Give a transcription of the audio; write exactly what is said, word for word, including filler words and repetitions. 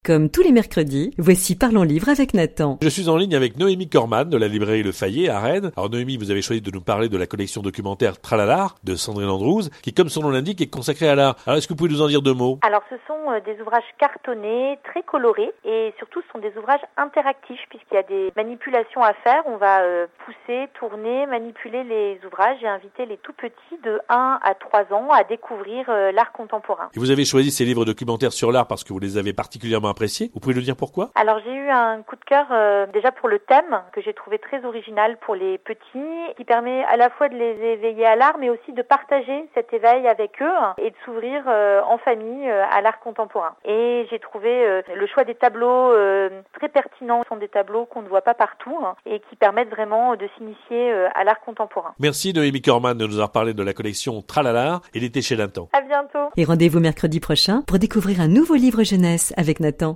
Comme tous les mercredis, voici Parlons Livre avec Nathan. Je suis en ligne avec Noémie Corman de la librairie Le Fayet à Rennes. Alors Noémie, vous avez choisi de nous parler de la collection documentaire Tralala de Sandrine Andrews, qui, comme son nom l'indique, est consacrée à l'art. Alors est-ce que vous pouvez nous en dire deux mots? Alors ce sont euh, des ouvrages cartonnés, très colorés, et surtout ce sont des ouvrages interactifs, puisqu'il y a des manipulations à faire. On va euh, pousser, tourner, manipuler les ouvrages et inviter les tout petits de un à trois ans à découvrir euh, l'art contemporain. Et vous avez choisi ces livres documentaires sur l'art parce que vous les avez particulièrement appréciés. Vous pouvez nous dire pourquoi? Alors j'ai eu un coup de cœur euh, déjà pour le thème que j'ai trouvé très original pour les petits, qui permet à la fois de les éveiller à l'art, mais aussi de partager cet éveil avec eux et de s'ouvrir euh, en famille euh, à l'art contemporain. Et j'ai trouvé euh, le choix des tableaux euh, très pertinents. Ce sont des tableaux qu'on ne voit pas partout hein, et qui permettent vraiment de s'initier euh, à l'art contemporain. Merci Noémie Corman de nous avoir parlé de la collection Tralala et l'été chez Nathan. À bientôt. Et rendez-vous mercredi prochain pour découvrir un nouveau livre jeunesse avec Nathan.